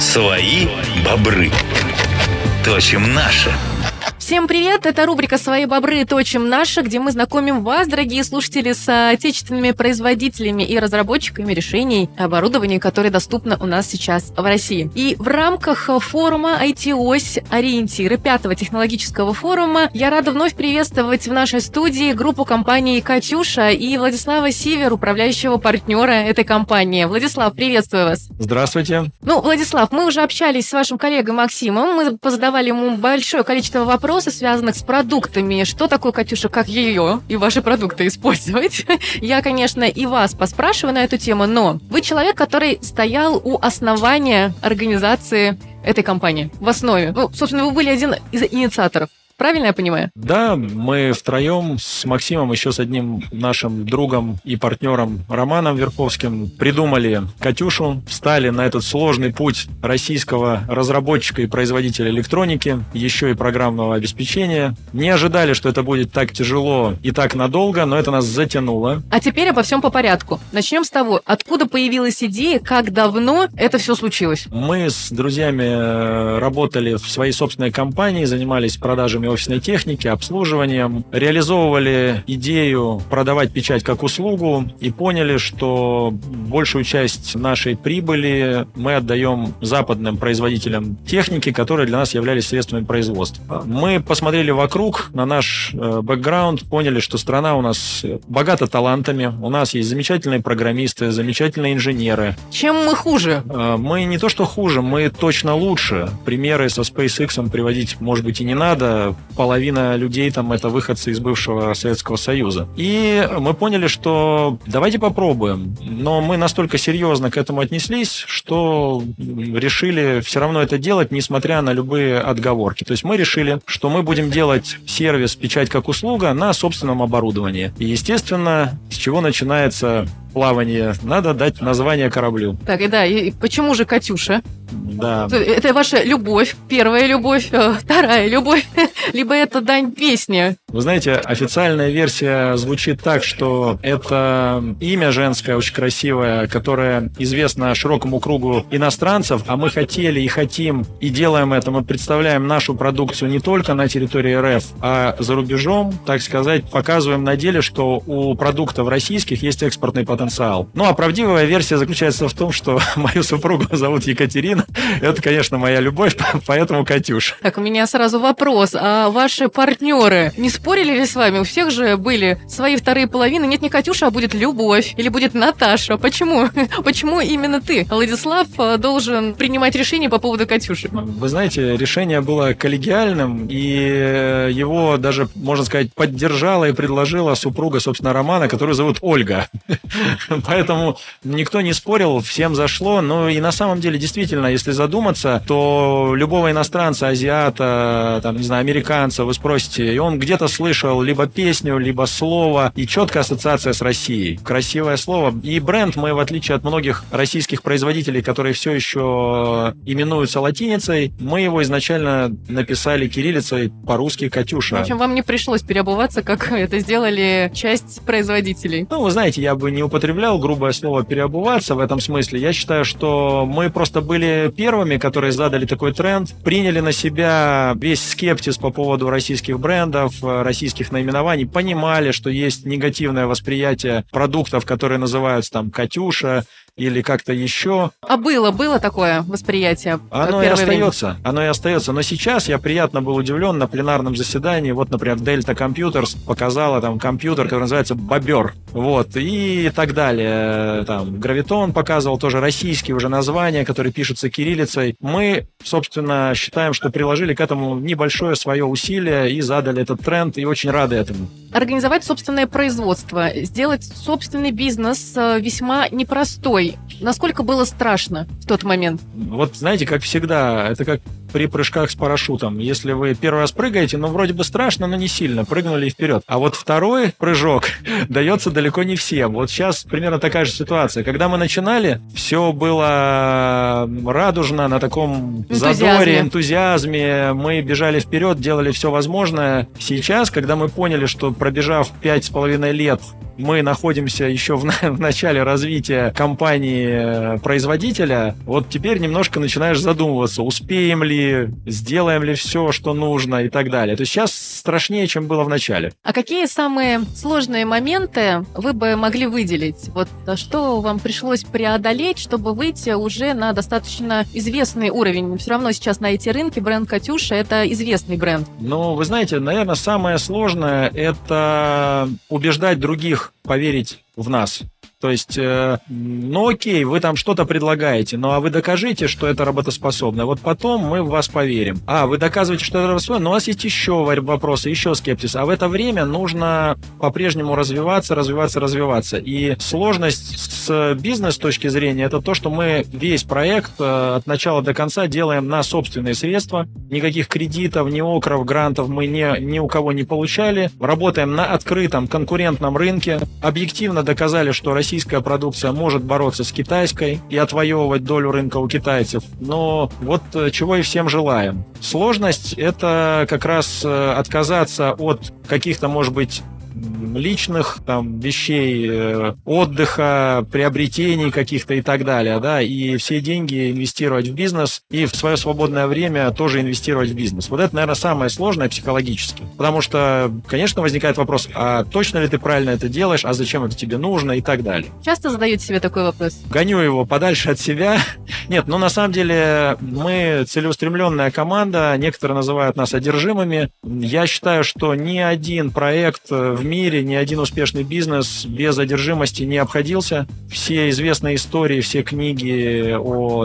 Свои бобры. Точим наше. Всем привет! Это рубрика «Свои бобры. Точим наши», где мы знакомим вас, дорогие слушатели, с отечественными производителями и разработчиками решений оборудования, которые доступны у нас сейчас в России. И в рамках форума IT-ось «Ориентиры», 5-го технологического форума, я рада вновь приветствовать в нашей студии группу компании «Катюша» и Владислава Сивер, управляющего партнера этой компании. Владислав, приветствую вас. Здравствуйте. Владислав, мы уже общались с вашим коллегой Максимом, мы позадавали ему большое количество вопросов, связанных с продуктами. Что такое «Катюша», как ее и ваши продукты использовать? Я, конечно, и вас поспрашиваю на эту тему, но вы человек, который стоял у основания организации этой компании, в основе. Собственно, вы были один из инициаторов. Правильно я понимаю? Да, мы втроем с Максимом, еще с одним нашим другом и партнером Романом Верховским придумали «Катюшу», встали на этот сложный путь российского разработчика и производителя электроники, еще и программного обеспечения. Не ожидали, что это будет так тяжело и так надолго, но это нас затянуло. А теперь обо всем по порядку. Начнем с того, откуда появилась идея, как давно это все случилось? Мы с друзьями работали в своей собственной компании, занимались продажами офисной техники, обслуживанием, реализовывали идею продавать печать как услугу и поняли, что большую часть нашей прибыли мы отдаем западным производителям техники, которые для нас являлись средствами производства. Мы посмотрели вокруг на наш бэкграунд, поняли, что страна у нас богата талантами, у нас есть замечательные программисты, замечательные инженеры. Чем мы хуже? Мы не то что хуже, мы точно лучше. Примеры со SpaceX приводить, может быть, и не надо. Половина людей там это выходцы из бывшего Советского Союза. И мы поняли, что давайте попробуем. Но мы настолько серьезно к этому отнеслись, что решили все равно это делать, несмотря на любые отговорки. То есть мы решили, что мы будем делать сервис «Печать как услуга» на собственном оборудовании. И, естественно, с чего начинается плавание? Надо дать название кораблю. Так, и почему же «Катюша»? Да. Это ваша любовь, первая любовь, вторая любовь, либо это дань песни? Вы знаете, официальная версия звучит так, что это имя женское, очень красивое, которое известно широкому кругу иностранцев, а мы хотели и хотим, и делаем это, мы представляем нашу продукцию не только на территории РФ, а за рубежом, так сказать, показываем на деле, что у продуктов российских есть экспортный потенциал. А правдивая версия заключается в том, что мою супругу зовут Екатерина. Это, конечно, моя любовь, поэтому «Катюша». Так, у меня сразу вопрос. А ваши партнеры не спорили ли с вами? У всех же были свои вторые половины. Нет, не «Катюша», а будет «Любовь» или будет «Наташа». Почему? Почему именно ты, Владислав, должен принимать решение по поводу «Катюши»? Вы знаете, решение было коллегиальным, и его даже, можно сказать, поддержала и предложила супруга, собственно, Романа, которую зовут Ольга. Поэтому никто не спорил, всем зашло. И на самом деле, действительно, если задуматься, то любого иностранца, азиата, американца вы спросите, и он где-то слышал либо песню, либо слово, и четкая ассоциация с Россией. Красивое слово. И бренд мы, в отличие от многих российских производителей, которые все еще именуются латиницей, мы его изначально написали кириллицей, по-русски «Катюша». В общем, вам не пришлось переобуваться, как это сделали часть производителей. Вы знаете, я бы не употреблял грубое слово «переобуваться» в этом смысле. Я считаю, что мы просто были первыми, которые задали такой тренд, приняли на себя весь скептиз по поводу российских брендов, российских наименований, понимали, что есть негативное восприятие продуктов, которые называются «Катюша» или как-то еще. А было такое восприятие? Оно и остается. Но сейчас я приятно был удивлен на пленарном заседании. Вот, например, Delta Computers показала компьютер, который называется «Бобер». И так далее. Гравитон показывал тоже российские уже названия, которые пишутся кириллицей. Мы, собственно, считаем, что приложили к этому небольшое свое усилие и задали этот тренд, и очень рады этому. Организовать собственное производство, сделать собственный бизнес весьма непростой. Насколько было страшно в тот момент? Знаете, как всегда, это как при прыжках с парашютом. Если вы первый раз прыгаете, вроде бы страшно, но не сильно, прыгнули и вперед. А вот второй прыжок дается далеко не всем. Вот сейчас примерно такая же ситуация. Когда мы начинали, все было радужно, на таком задоре, энтузиазме. Мы бежали вперед, делали все возможное. Сейчас, когда мы поняли, что пробежав 5,5 лет, мы находимся еще в начале развития компании-производителя, вот теперь немножко начинаешь задумываться, успеем ли, сделаем ли все, что нужно и так далее. То есть сейчас страшнее, чем было в начале. А какие самые сложные моменты вы бы могли выделить? Вот что вам пришлось преодолеть, чтобы выйти уже на достаточно известный уровень? Все равно сейчас на IT-рынке бренд «Катюша» — это известный бренд. Вы знаете, наверное, самое сложное — это убеждать других поверить в нас. То есть, окей, вы там что-то предлагаете, а вы докажите, что это работоспособно. Вот потом мы в вас поверим. Вы доказываете, что это работоспособно, но у вас есть еще вопросы, еще скепсис. А в это время нужно по-прежнему развиваться. И сложность с бизнес-точки зрения — это то, что мы весь проект от начала до конца делаем на собственные средства. Никаких кредитов, ни окров, грантов мы ни у кого не получали. Работаем на открытом конкурентном рынке. Объективно доказали, что российская продукция может бороться с китайской и отвоевывать долю рынка у китайцев. Но вот чего и всем желаем. Сложность — это как раз отказаться от каких-то, может быть, личных вещей, отдыха, приобретений каких-то и так далее, и все деньги инвестировать в бизнес, и в свое свободное время тоже инвестировать в бизнес. Вот это, наверное, самое сложное психологически. Потому что, конечно, возникает вопрос, а точно ли ты правильно это делаешь, а зачем это тебе нужно и так далее. Часто задаете себе такой вопрос? Гоню его подальше от себя. Нет, на самом деле мы целеустремленная команда, некоторые называют нас одержимыми. Я считаю, что ни один проект в мире, ни один успешный бизнес без одержимости не обходился. Все известные истории, все книги о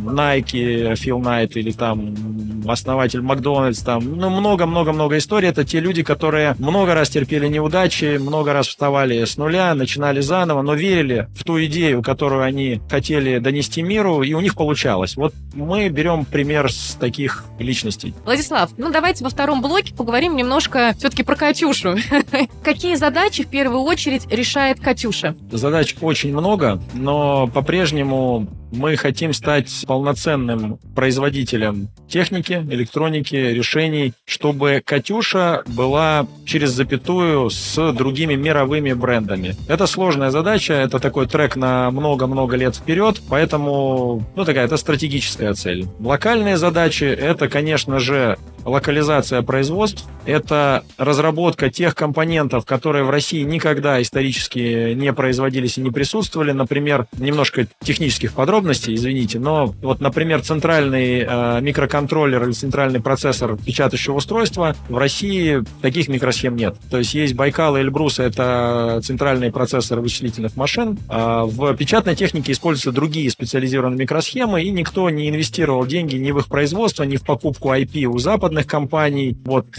Nike, Фил Найт или основатель Макдональдс, много-много-много историй. Это те люди, которые много раз терпели неудачи, много раз вставали с нуля, начинали заново, но верили в ту идею, которую они хотели донести миру, и у них получалось. Вот мы берем пример с таких личностей. Владислав, давайте во втором блоке поговорим немножко все-таки про «Катюшу». Какие задачи в первую очередь решает «Катюша»? Задач очень много, но по-прежнему мы хотим стать полноценным производителем техники, электроники, решений, чтобы «Катюша» была через запятую с другими мировыми брендами. Это сложная задача, это такой трек на много-много лет вперед, поэтому, это стратегическая цель. Локальные задачи — это, конечно же, локализация производств, это разработка тех компонентов, которые в России никогда исторически не производились и не присутствовали. Например, немножко технических подробностей, извините, но например, центральный микроконтроллер или центральный процессор печатающего устройства в России таких микросхем нет. То есть есть Байкал и Эльбрус, это центральные процессоры вычислительных машин. А в печатной технике используются другие специализированные микросхемы, и никто не инвестировал деньги ни в их производство, ни в покупку IP у западных компаний.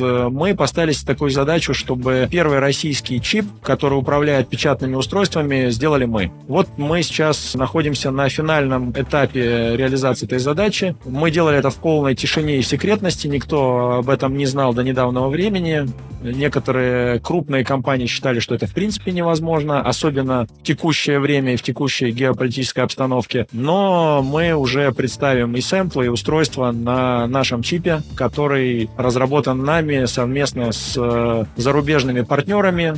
Мы поставили себе такую задачу, чтобы первый российский чип, который управляет печатными устройствами, сделали мы. Мы сейчас находимся на финальном этапе реализации этой задачи. Мы делали это в полной тишине и секретности, никто об этом не знал до недавнего времени. Некоторые крупные компании считали, что это в принципе невозможно, особенно в текущее время и в текущей геополитической обстановке. Но мы уже представим и сэмплы, и устройства на нашем чипе, который разработан нами совместно с зарубежными партнерами.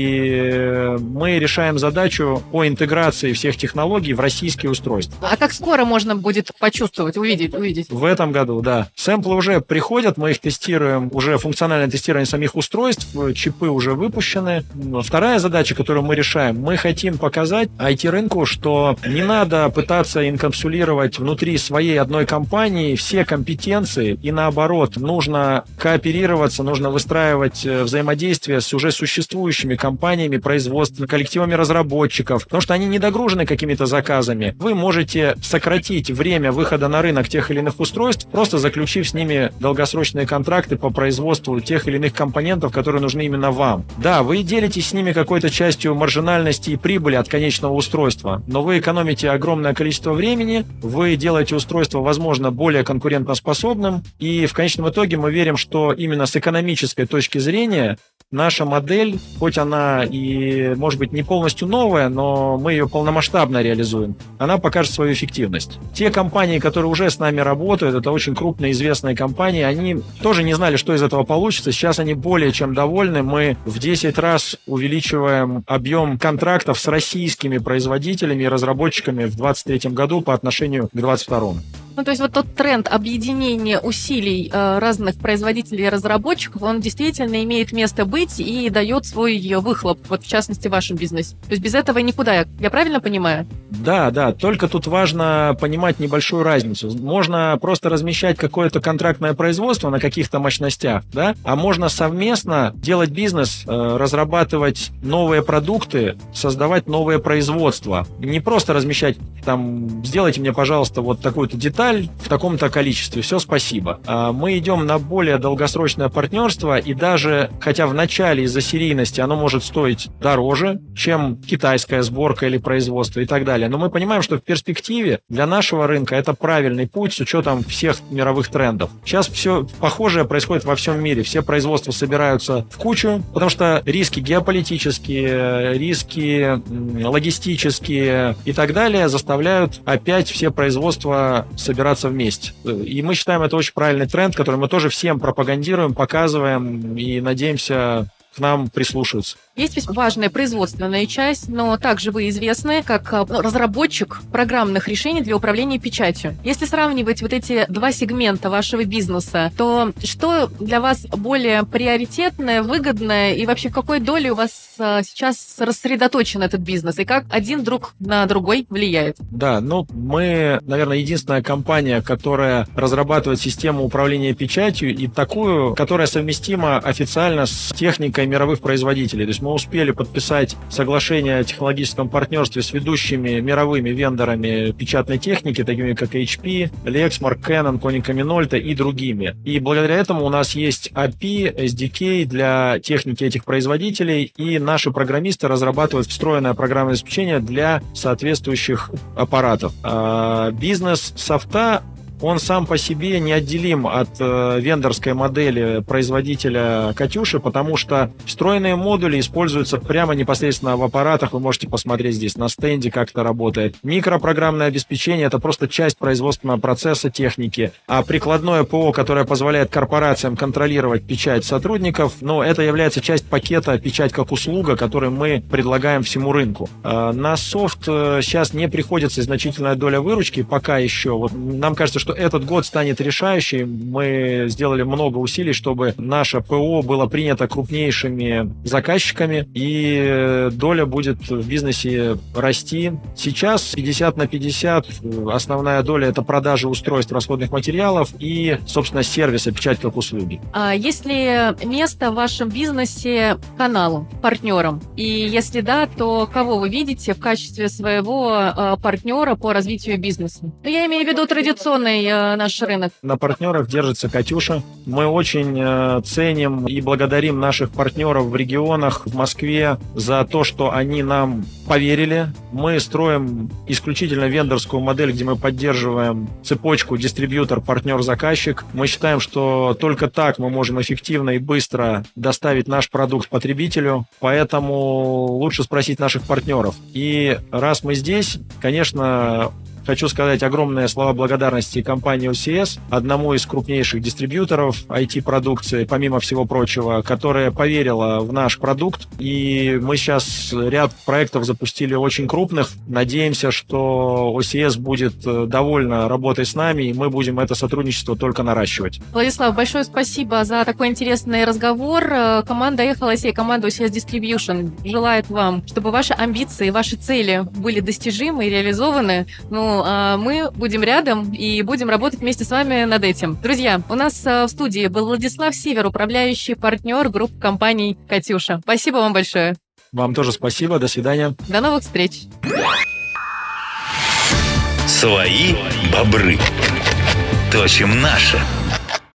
И мы решаем задачу по интеграции всех технологий в российские устройства. А как скоро можно будет почувствовать, увидеть? В этом году, да. Сэмплы уже приходят, мы их тестируем, уже функциональное тестирование самих устройств, чипы уже выпущены. Вторая задача, которую мы решаем, мы хотим показать IT-рынку, что не надо пытаться инкапсулировать внутри своей одной компании все компетенции, и наоборот, нужно кооперироваться, нужно выстраивать взаимодействие с уже существующими компаниями, производственными, коллективами разработчиков, потому что они недогружены какими-то заказами. Вы можете сократить время выхода на рынок тех или иных устройств, просто заключив с ними долгосрочные контракты по производству тех или иных компонентов, которые нужны именно вам. Да, вы делитесь с ними какой-то частью маржинальности и прибыли от конечного устройства, но вы экономите огромное количество времени, вы делаете устройство, возможно, более конкурентоспособным, и в конечном итоге мы верим, что именно с экономической точки зрения наша модель, хоть она и, может быть, не полностью новая, но мы ее полномасштабно реализуем, она покажет свою эффективность. Те компании, которые уже с нами работают, это очень крупные известные компании, они тоже не знали, что из этого получится. Сейчас они более чем довольны. Мы в 10 раз увеличиваем объем контрактов с российскими производителями и разработчиками в 2023 году по отношению к 2022. Ну, то есть вот тот тренд объединения усилий разных производителей и разработчиков, он действительно имеет место быть и дает свой выхлоп, вот в частности в вашем бизнесе. То есть без этого никуда, я правильно понимаю? Да, только тут важно понимать небольшую разницу. Можно просто размещать какое-то контрактное производство на каких-то мощностях, да, а можно совместно делать бизнес, разрабатывать новые продукты, создавать новые производства. Не просто размещать там, сделайте мне, пожалуйста, вот такую-то деталь в таком-то количестве, все, спасибо. Мы идем на более долгосрочное партнерство, и даже, хотя в начале из-за серийности оно может стоить дороже, чем китайская сборка или производство и так далее, но мы понимаем, что в перспективе для нашего рынка это правильный путь с учетом всех мировых трендов. Сейчас все похожее происходит во всем мире. Все производства собираются в кучу, потому что риски геополитические, риски логистические и так далее заставляют опять все производства собираться вместе. И мы считаем, это очень правильный тренд, который мы тоже всем пропагандируем, показываем и надеемся, к нам прислушаются. Есть весьма важная производственная часть, но также вы известны как разработчик программных решений для управления печатью. Если сравнивать вот эти два сегмента вашего бизнеса, то что для вас более приоритетное, выгодное, и вообще в какой доле у вас сейчас рассредоточен этот бизнес, и как один друг на другой влияет? Да, мы, наверное, единственная компания, которая разрабатывает систему управления печатью и такую, которая совместима официально с техникой мировых производителей. То есть мы успели подписать соглашение о технологическом партнерстве с ведущими мировыми вендорами печатной техники, такими как HP, Lexmark, Canon, Konica Minolta и другими. И благодаря этому у нас есть API, SDK для техники этих производителей, и наши программисты разрабатывают встроенное программное обеспечение для соответствующих аппаратов. Бизнес софта, он сам по себе неотделим от вендорской модели производителя «Катюши», потому что встроенные модули используются прямо непосредственно в аппаратах. Вы можете посмотреть здесь на стенде, как это работает. Микропрограммное обеспечение – это просто часть производственного процесса техники. А прикладное ПО, которое позволяет корпорациям контролировать печать сотрудников, это является часть пакета «Печать как услуга», который мы предлагаем всему рынку. На софт сейчас не приходится значительная доля выручки, пока еще. Нам кажется, что этот год станет решающим. Мы сделали много усилий, чтобы наше ПО было принято крупнейшими заказчиками, и доля будет в бизнесе расти. Сейчас 50/50 основная доля – это продажи устройств, расходных материалов и, собственно, сервиса «Печать как услуги». А есть ли место в вашем бизнесе каналу, партнерам? И если да, то кого вы видите в качестве своего партнера по развитию бизнеса? Я имею в виду традиционный наш рынок. На партнерах держится «Катюша». Мы очень ценим и благодарим наших партнеров в регионах, в Москве за то, что они нам поверили. Мы строим исключительно вендорскую модель, где мы поддерживаем цепочку дистрибьютор, партнер, заказчик. Мы считаем, что только так мы можем эффективно и быстро доставить наш продукт потребителю, поэтому лучше спросить наших партнеров. И раз мы здесь, конечно, хочу сказать огромные слова благодарности компании OCS, одному из крупнейших дистрибьюторов IT-продукции, помимо всего прочего, которая поверила в наш продукт. И мы сейчас ряд проектов запустили очень крупных. Надеемся, что OCS будет довольна работой с нами, и мы будем это сотрудничество только наращивать. Владислав, большое спасибо за такой интересный разговор. Команда Эхо Лосей, команда OCS Distribution желает вам, чтобы ваши амбиции, ваши цели были достижимы и реализованы. Поэтому мы будем рядом и будем работать вместе с вами над этим. Друзья, у нас в студии был Владислав Сивер, управляющий партнер группы компаний «Катюша». Спасибо вам большое. Вам тоже спасибо. До свидания. До новых встреч. Свои бобры. Точим наше.